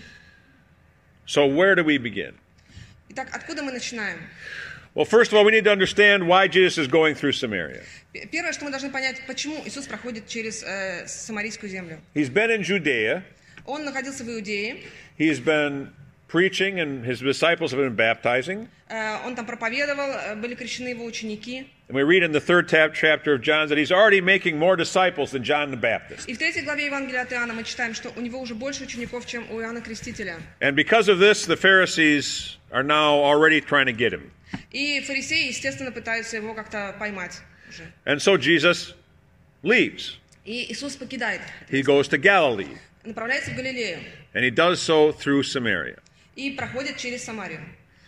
Speaker 3: So where do we begin?
Speaker 4: Итак, откуда мы начинаем?
Speaker 3: Well, first of all, we need to understand why Jesus is going through Samaria.
Speaker 4: Первое, что мы должны понять, почему Иисус проходит через самарийскую землю.
Speaker 3: He's been in Judea.
Speaker 4: Он находился в Иудее.
Speaker 3: He's been preaching, and his disciples have been baptizing.
Speaker 4: Он там проповедовал, были крещены его ученики.
Speaker 3: And we read in the third chapter of John that he's already making more disciples than John the Baptist.
Speaker 4: И в 3 главе Евангелия от Иоанна мы читаем, что у него уже больше учеников, чем у Иоанна Крестителя.
Speaker 3: And because of this, the Pharisees are now already trying to get him.
Speaker 4: И фарисеи, естественно, пытаются его как-то поймать уже.
Speaker 3: And so Jesus leaves.
Speaker 4: И Иисус покидает.
Speaker 3: He goes to Galilee.
Speaker 4: Направляется в Галилею.
Speaker 3: And he does so through Samaria.
Speaker 4: И проходит через Самарию.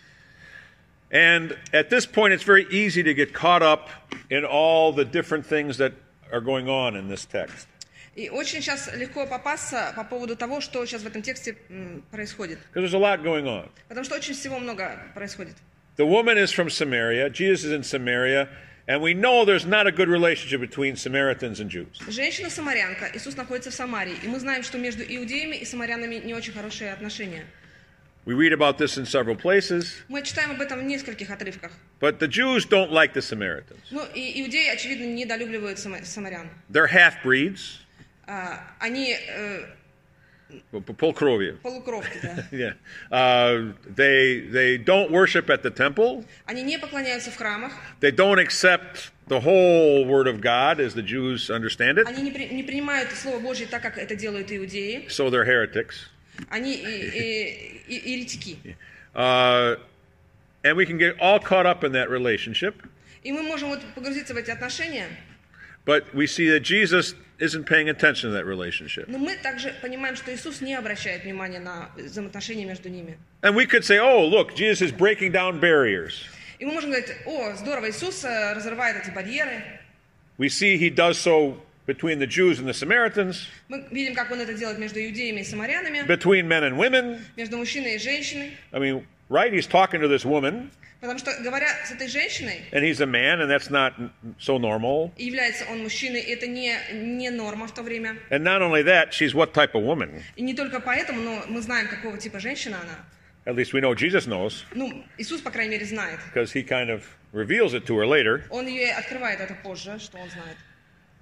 Speaker 3: And at this point, it's very easy to get caught up in all the different things that are going on in this text.
Speaker 4: И очень сейчас легко попасться по поводу того, что сейчас в этом тексте происходит.
Speaker 3: Because there's a lot going on.
Speaker 4: Потому что очень всего много происходит.
Speaker 3: The woman is from Samaria. Jesus is in Samaria. And we know there's not a good relationship between Samaritans and Jews.
Speaker 4: Женщина-самарянка. Иисус находится в Самарии. И мы знаем, что между иудеями и самарянами не очень хорошие отношения.
Speaker 3: We read about this in several places.
Speaker 4: Мы читаем об этом в нескольких отрывках.
Speaker 3: But the Jews don't like the Samaritans.
Speaker 4: Ну, и иудеи, очевидно, недолюбливают самарян.
Speaker 3: They're half-breeds.
Speaker 4: Они
Speaker 3: Полкровье.
Speaker 4: полукровки, да.
Speaker 3: Yeah. They don't worship at the temple.
Speaker 4: Они не поклоняются в храмах.
Speaker 3: They don't accept the whole Word of God as the Jews understand it.
Speaker 4: Они не принимают Слово Божье так, как это делают иудеи.
Speaker 3: So they're heretics.
Speaker 4: Они еретики.
Speaker 3: And we can get all caught up in that relationship.
Speaker 4: И мы можем погрузиться в эти отношения.
Speaker 3: But we see that Jesus isn't paying attention to that relationship.
Speaker 4: Но мы также понимаем, что Иисус не обращает внимания на взаимоотношения между ними.
Speaker 3: And we could say, oh, look, Jesus is breaking down barriers.
Speaker 4: И мы можем говорить: о, здорово, Иисус разрывает эти барьеры.
Speaker 3: We see he does so between the Jews and the Samaritans.
Speaker 4: Мы видим, как он это делает между иудеями и самарянами,
Speaker 3: Between men and women.
Speaker 4: между мужчиной и женщиной.
Speaker 3: I mean, right? He's talking to this woman.
Speaker 4: Потому что, говоря с этой женщиной,
Speaker 3: And he's a man, and that's not so normal.
Speaker 4: является он мужчиной, и это не норма в то время.
Speaker 3: And not only that, she's what type of woman?
Speaker 4: И не только поэтому, но мы знаем, какого типа женщина она.
Speaker 3: At least we know Jesus knows,
Speaker 4: Ну, Иисус, по крайней мере, знает.
Speaker 3: because he kind of reveals it to her later.
Speaker 4: Он ей открывает это позже, что он знает.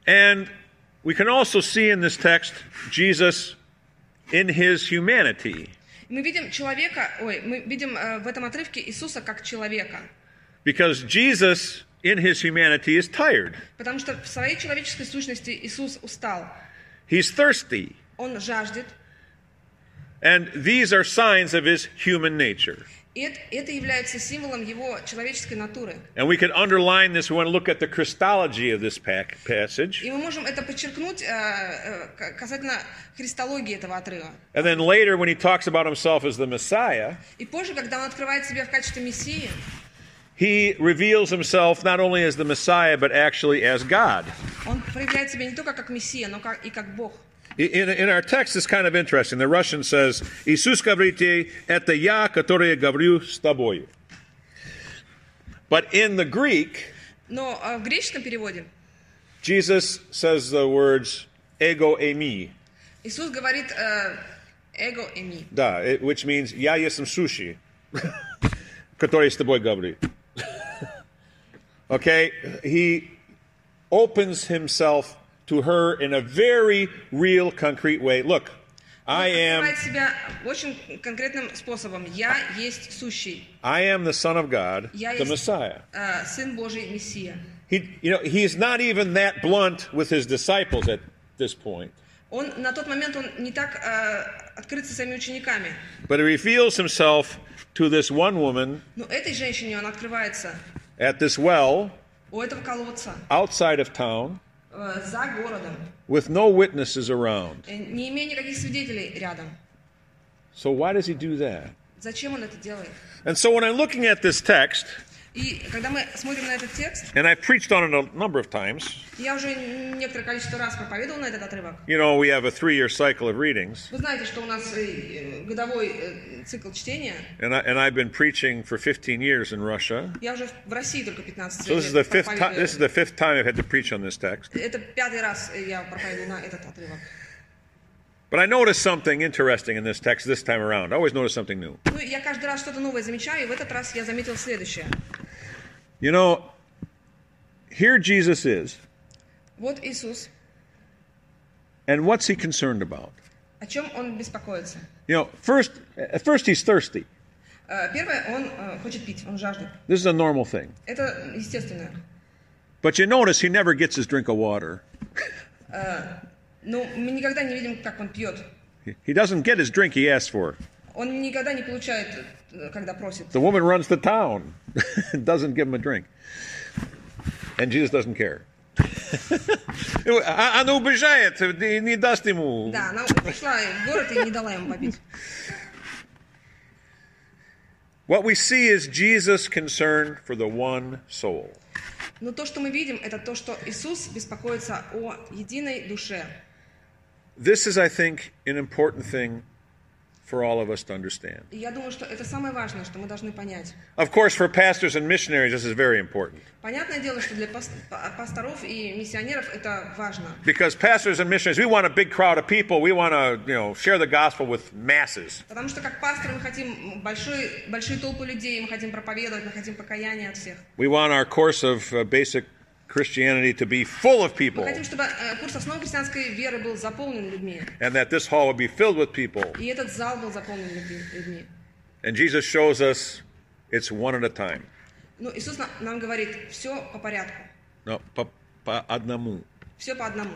Speaker 3: And we can also see in this text Jesus in his humanity.
Speaker 4: Мы видим в этом отрывке Иисуса как человека.
Speaker 3: Because Jesus in his humanity is tired.
Speaker 4: Потому что в своей человеческой сущности Иисус устал.
Speaker 3: He's thirsty.
Speaker 4: Он жаждет.
Speaker 3: And these are signs of his human nature.
Speaker 4: И это является символом его человеческой натуры.
Speaker 3: And we can underline this. We want to look at the Christology of this passage.
Speaker 4: И мы можем это подчеркнуть касательно христологии этого отрыва.
Speaker 3: And then later, when he talks about himself as the Messiah,
Speaker 4: И позже, когда он открывает себя в качестве Мессии,
Speaker 3: he reveals himself not only as the Messiah, but actually as God.
Speaker 4: он проявляет себя не только как Мессия, но и как Бог.
Speaker 3: In our text, it's kind of interesting. The Russian says, «Иисус говорите, это я, который говорю с тобою». But in the Greek,
Speaker 4: Но в греческом переводе
Speaker 3: Jesus says the words «ego eimi»,
Speaker 4: Иисус говорит «эго эми»,
Speaker 3: да, which means «я ем суши», который с тобой говорит. Okay? He opens himself to her in a very real, concrete way. Look, I am
Speaker 4: себя очень конкретным способом. Я есть сущий.
Speaker 3: I am the Son of God,
Speaker 4: Я
Speaker 3: the
Speaker 4: есть
Speaker 3: Messiah.
Speaker 4: Сын Божий, Мессия.
Speaker 3: He's not even that blunt with his disciples at this point.
Speaker 4: Он на тот момент он не так открыт со своими учениками.
Speaker 3: But he reveals himself to this one woman
Speaker 4: Но этой женщине он открывается
Speaker 3: at this well
Speaker 4: у этого колодца,
Speaker 3: outside of town
Speaker 4: за городом,
Speaker 3: with no witnesses around.
Speaker 4: не имея никаких свидетелей рядом.
Speaker 3: So why does he do that?
Speaker 4: Зачем он это делает?
Speaker 3: And so when I'm looking at this text,
Speaker 4: И когда мы смотрим на этот текст,
Speaker 3: and I've preached on it a number of times,
Speaker 4: я уже некоторое количество раз проповедовал на этот отрывок.
Speaker 3: you know, we have a 3-year cycle of readings,
Speaker 4: Вы знаете, что у нас годовой цикл чтения.
Speaker 3: and I've been preaching for 15 years in Russia.
Speaker 4: Я уже в России только 15
Speaker 3: So
Speaker 4: лет
Speaker 3: this is the fifth time.
Speaker 4: проповедую.
Speaker 3: This is the fifth time I've had to preach on this text.
Speaker 4: Это 5-й раз я проповедую на этот отрывок.
Speaker 3: But I noticed something interesting in this text this time around. I always notice something new.
Speaker 4: Ну, я каждый раз что-то новое замечаю, и в этот раз я заметил следующее.
Speaker 3: You know, here Jesus is,
Speaker 4: Вот Иисус,
Speaker 3: and what's he concerned about?
Speaker 4: о чем он беспокоится?
Speaker 3: You know, at first he's thirsty.
Speaker 4: Первое, он хочет пить, он жаждет.
Speaker 3: This is a normal thing.
Speaker 4: Это естественно.
Speaker 3: But you notice he never gets his drink of water.
Speaker 4: Но мы никогда не видим, как он пьет.
Speaker 3: He doesn't get his drink he asks for.
Speaker 4: Он никогда не получает, когда просит.
Speaker 3: The woman runs to town and doesn't give him a drink. And Jesus doesn't care. Она убежает и не даст ему.
Speaker 4: Да, она пришла в город и не дала ему попить.
Speaker 3: What we see is Jesus' concern for the one soul.
Speaker 4: Но то, что мы видим, это то, что Иисус беспокоится о единой душе.
Speaker 3: This is, I think, an important thing for all of us to understand.
Speaker 4: И я думаю, что это самое важное, что мы должны понять.
Speaker 3: Of course, for pastors and missionaries, this is very important.
Speaker 4: Понятное дело, что для пасторов и миссионеров это важно.
Speaker 3: Because pastors and missionaries, we want a big crowd of people. We want to, share the gospel with masses.
Speaker 4: Потому что как пасторы мы хотим большие толпы людей, мы хотим проповедовать, мы хотим покаяния от всех.
Speaker 3: We want our course of basic Christianity to be full of people.
Speaker 4: Мы хотим, чтобы курс основ христианской веры был заполнен людьми.
Speaker 3: And that this hall would be filled with people.
Speaker 4: И этот зал был заполнен людьми.
Speaker 3: And Jesus shows us it's one at a time.
Speaker 4: Но Иисус нам говорит, все по порядку.
Speaker 3: No, по одному.
Speaker 4: Все по одному.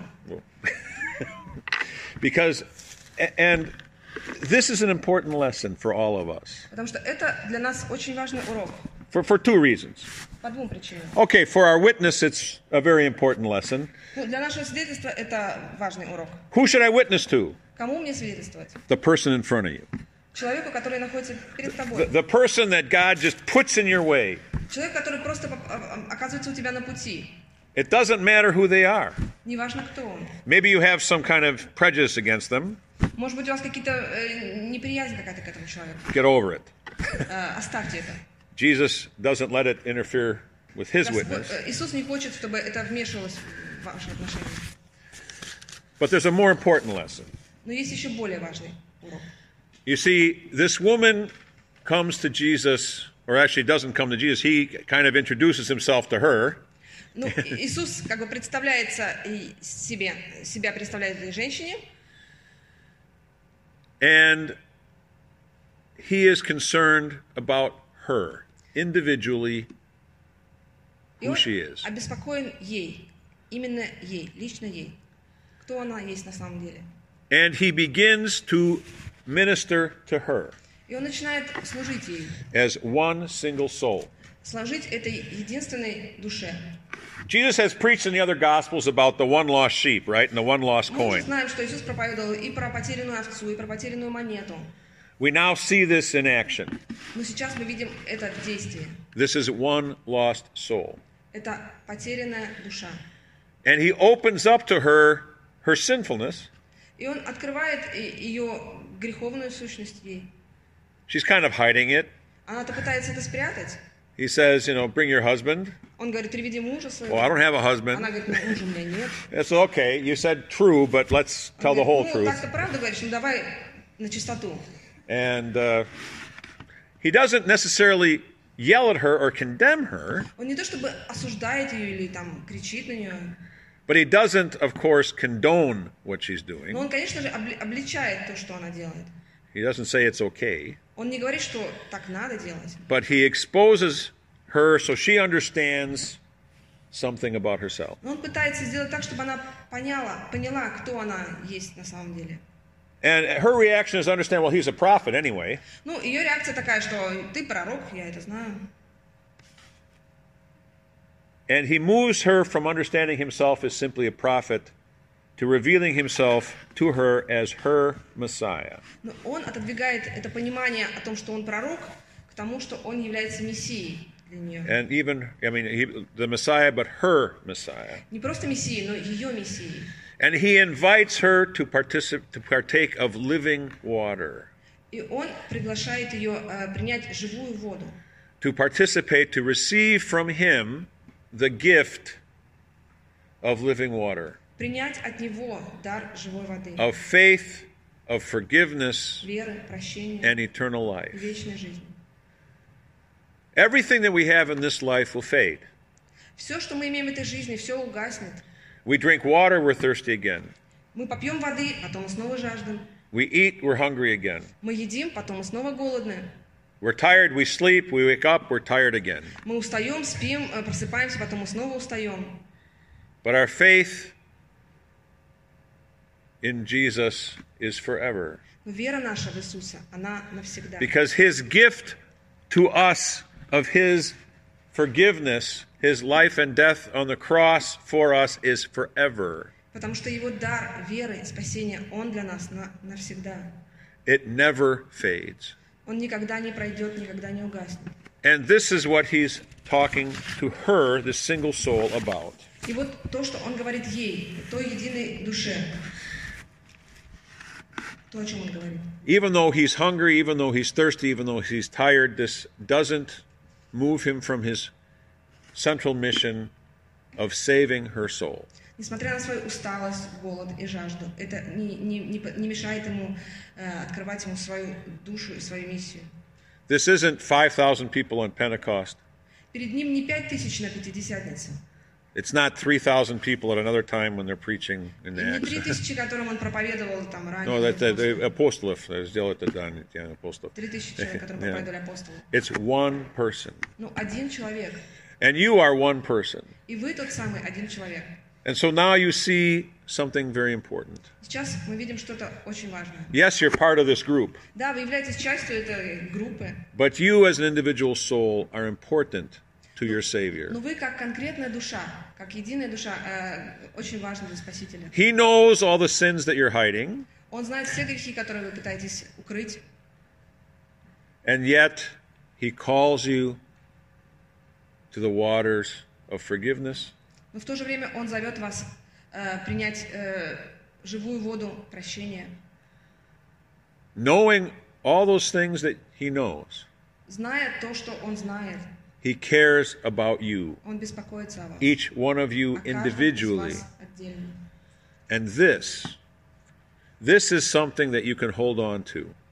Speaker 3: Because, and this is an important lesson for all of us.
Speaker 4: Потому что это для нас очень важный урок.
Speaker 3: For 2 reasons.
Speaker 4: По 2 причинам.
Speaker 3: Okay, for our witness, it's a very important lesson.
Speaker 4: Ну, для нашего свидетельства это важный урок.
Speaker 3: Who should I witness to?
Speaker 4: Кому мне свидетельствовать?
Speaker 3: The person in front of you.
Speaker 4: Человеку, который находится перед тобой.
Speaker 3: The person that God just puts in your way.
Speaker 4: Человек, который просто оказывается у тебя на пути.
Speaker 3: It doesn't matter who they are.
Speaker 4: Неважно, кто он.
Speaker 3: Maybe you have some kind of prejudice against them.
Speaker 4: Может быть, у вас какие-то неприязнь какая-то к этому человеку.
Speaker 3: Get over it.
Speaker 4: Оставьте это.
Speaker 3: Jesus doesn't let it interfere with his witness.
Speaker 4: Иисус не хочет, чтобы это вмешивалось в ваши отношения.
Speaker 3: But there's a more important lesson.
Speaker 4: Но есть еще более важный урок.
Speaker 3: You see, this woman comes to Jesus, or actually doesn't come to Jesus. He kind of introduces himself to her.
Speaker 4: Ну, Иисус как бы представляется себя представляет этой женщине,
Speaker 3: and he is concerned about her individually,
Speaker 4: и
Speaker 3: who
Speaker 4: он
Speaker 3: she is.
Speaker 4: обеспокоен ей, именно ей, лично ей, кто она есть на самом деле.
Speaker 3: And he begins to minister to her
Speaker 4: И он начинает служить ей,
Speaker 3: as one single soul.
Speaker 4: служить этой единственной душе.
Speaker 3: Jesus has preached in the other Gospels about the one lost sheep, right? And the one lost
Speaker 4: Мы уже
Speaker 3: coin.
Speaker 4: знаем, что Иисус проповедовал и про потерянную овцу, и про потерянную монету.
Speaker 3: We now see this in action.
Speaker 4: Но сейчас мы видим это в действии.
Speaker 3: This is one lost soul.
Speaker 4: Это потерянная душа.
Speaker 3: And he opens up to her sinfulness.
Speaker 4: И он открывает ее греховную сущность ей.
Speaker 3: She's kind of hiding it.
Speaker 4: Она-то пытается это спрятать.
Speaker 3: He says, bring your husband.
Speaker 4: Он говорит, приведи мужа своего.
Speaker 3: Well, I don't have a husband.
Speaker 4: Она говорит, ну, мужа у меня нет.
Speaker 3: It's okay. You said true, but let's tell the whole
Speaker 4: Ну,
Speaker 3: truth.
Speaker 4: так-то правда говоришь, ну давай на чистоту.
Speaker 3: And he doesn't necessarily yell at her or condemn her,
Speaker 4: Он не то чтобы осуждает ее или там кричит на нее,
Speaker 3: but he doesn't, of course, condone what she's
Speaker 4: но
Speaker 3: doing.
Speaker 4: он, конечно же, обличает то, что она делает.
Speaker 3: He doesn't say it's okay,
Speaker 4: Он не говорит, что так надо делать.
Speaker 3: but he exposes her so she understands something about herself.
Speaker 4: Но он пытается сделать так, чтобы она поняла, кто она есть на самом деле.
Speaker 3: And her reaction is to understand, well, he's a prophet anyway.
Speaker 4: Ну, ее реакция такая, что ты пророк, я это знаю.
Speaker 3: And he moves her from understanding himself as simply a prophet to revealing himself to her as her Messiah.
Speaker 4: Но он отодвигает это понимание о том, что он пророк, к тому, что он является мессией для нее.
Speaker 3: And even, the Messiah, but her Messiah.
Speaker 4: Не просто мессией, но ее мессией.
Speaker 3: And he invites her to partake of living water,
Speaker 4: И он приглашает ее принять живую воду,
Speaker 3: to participate, to receive from him the gift of living water,
Speaker 4: принять от него дар живой воды,
Speaker 3: of faith, of forgiveness,
Speaker 4: веры, прощения
Speaker 3: and eternal
Speaker 4: и
Speaker 3: life.
Speaker 4: вечной жизни.
Speaker 3: Everything that we have in this life will fade.
Speaker 4: Все, что мы имеем в этой жизни, все угаснет.
Speaker 3: We drink water, we're thirsty again.
Speaker 4: Мы попьем воды, потом мы снова жаждем.
Speaker 3: We eat, we're hungry again.
Speaker 4: Мы едим, потом мы снова голодны.
Speaker 3: We're tired, we sleep, we wake up, we're tired again.
Speaker 4: Мы устаем, спим, просыпаемся, потом мы снова устаем.
Speaker 3: But our faith in Jesus is forever.
Speaker 4: Но вера наша в Иисуса, она навсегда.
Speaker 3: Because his gift to us of his forgiveness, his life and death on the cross for us is forever.
Speaker 4: Потому что его дар веры, спасения, он для нас навсегда.
Speaker 3: It never fades.
Speaker 4: Он никогда не пройдет, никогда не угаснет.
Speaker 3: And this is what he's talking to her, this single soul, about.
Speaker 4: И вот то, что он говорит ей, той единой душе, то, о чем он говорит.
Speaker 3: Even though he's hungry, even though he's thirsty, even though he's tired, this doesn't move him from his central mission of saving her soul.
Speaker 4: Несмотря на свою усталость, голод и жажду, это не мешает ему открывать ему свою душу и свою миссию.
Speaker 3: This isn't 5,000 people on Pentecost.
Speaker 4: Перед ним не 5000 на Пятидесятнице.
Speaker 3: It's not 3,000 people at another time when they're preaching in the
Speaker 4: И не
Speaker 3: Acts.
Speaker 4: 3000, которым он проповедовал там ранее.
Speaker 3: No, the апостолов, сделать это Даня, апостолов.
Speaker 4: 3000 человек, которым проповедовали апостолы.
Speaker 3: It's one person.
Speaker 4: Ну, один человек.
Speaker 3: And you are one person.
Speaker 4: И вы тот самый один человек.
Speaker 3: And so now you see something very important.
Speaker 4: Сейчас мы видим что-то очень важное.
Speaker 3: Yes, you're part of this group,
Speaker 4: Да, вы являетесь частью этой группы,
Speaker 3: but you as an individual soul are important to your Savior.
Speaker 4: но вы как конкретная душа, как единая душа, очень важны для Спасителя.
Speaker 3: He knows all the sins that you're hiding,
Speaker 4: Он знает все грехи, которые вы пытаетесь укрыть,
Speaker 3: and yet He calls you to the waters of forgiveness,
Speaker 4: но в то же время Он зовет вас принять живую воду прощения,
Speaker 3: knowing all those things that He knows.
Speaker 4: зная то, что Он знает.
Speaker 3: He cares about you,
Speaker 4: Он беспокоится о вас,
Speaker 3: each one of you
Speaker 4: о каждом из
Speaker 3: individually.
Speaker 4: вас отдельно.
Speaker 3: And this is something that you can hold on to.
Speaker 4: И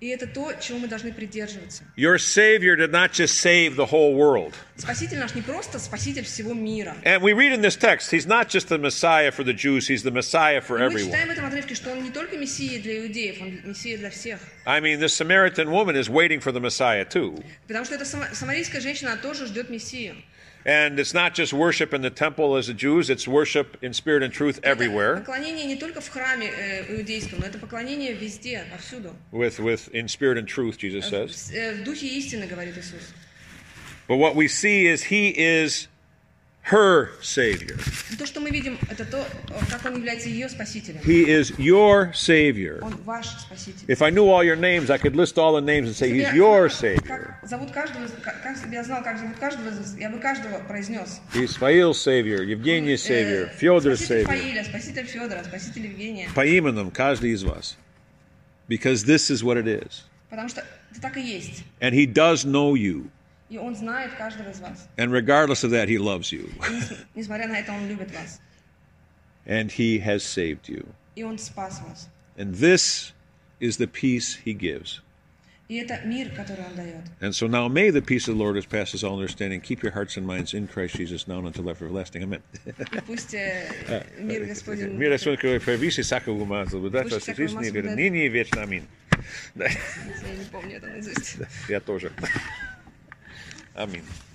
Speaker 4: И это то, чего мы должны придерживаться.
Speaker 3: Your Savior did not just save the whole world.
Speaker 4: Спаситель наш не просто спаситель всего мира.
Speaker 3: And we read in this text, he's not just the Messiah for the Jews, he's the Messiah for
Speaker 4: Мы
Speaker 3: everyone.
Speaker 4: читаем в этом отрывке, что он не только мессия для иудеев, он мессия для всех.
Speaker 3: I mean, this Samaritan woman is waiting for the Messiah too.
Speaker 4: Потому что эта самарийская женщина, она тоже ждет мессию.
Speaker 3: And it's not just worship in the temple as the Jews, it's worship in spirit and truth everywhere.
Speaker 4: Поклонение не только в храме иудейском, но это поклонение везде, повсюду.
Speaker 3: With in spirit and truth, Jesus says.
Speaker 4: В духе истины, говорит Иисус.
Speaker 3: But what we see is he is her Savior.
Speaker 4: То, что мы видим, это то, как он является ее спасителем.
Speaker 3: He is your Savior.
Speaker 4: Он ваш спаситель.
Speaker 3: If I knew all your names, I could list all the names and say he's your Savior.
Speaker 4: Как зовут каждого, как я знал, как зовут каждого, я бы каждого произнес.
Speaker 3: He's Фаил's Savior, Евгений's Savior, Федор's
Speaker 4: Спаситель
Speaker 3: Savior.
Speaker 4: Фаиля, спаситель Федора, спаситель Евгения.
Speaker 3: По именам каждый из вас. Because this is what it is.
Speaker 4: Потому что это так и есть.
Speaker 3: And he does know you.
Speaker 4: И он знает каждого из вас.
Speaker 3: And regardless of that, he loves you.
Speaker 4: И несмотря на это, он любит вас.
Speaker 3: And he has saved you.
Speaker 4: И он спас вас.
Speaker 3: And this is the peace he gives.
Speaker 4: И это мир, который он дает.
Speaker 3: And so now may the peace of the Lord, which passes all understanding, keep your hearts and minds in Christ Jesus now and until everlasting. Amen.
Speaker 4: И пусть мир Господень...
Speaker 3: Мир Господень, который превыше всякого ума, заблудать вас в жизни, ныне и вечно. Аминь.
Speaker 4: Я не помню это наизусть.
Speaker 3: Я тоже. Аминь.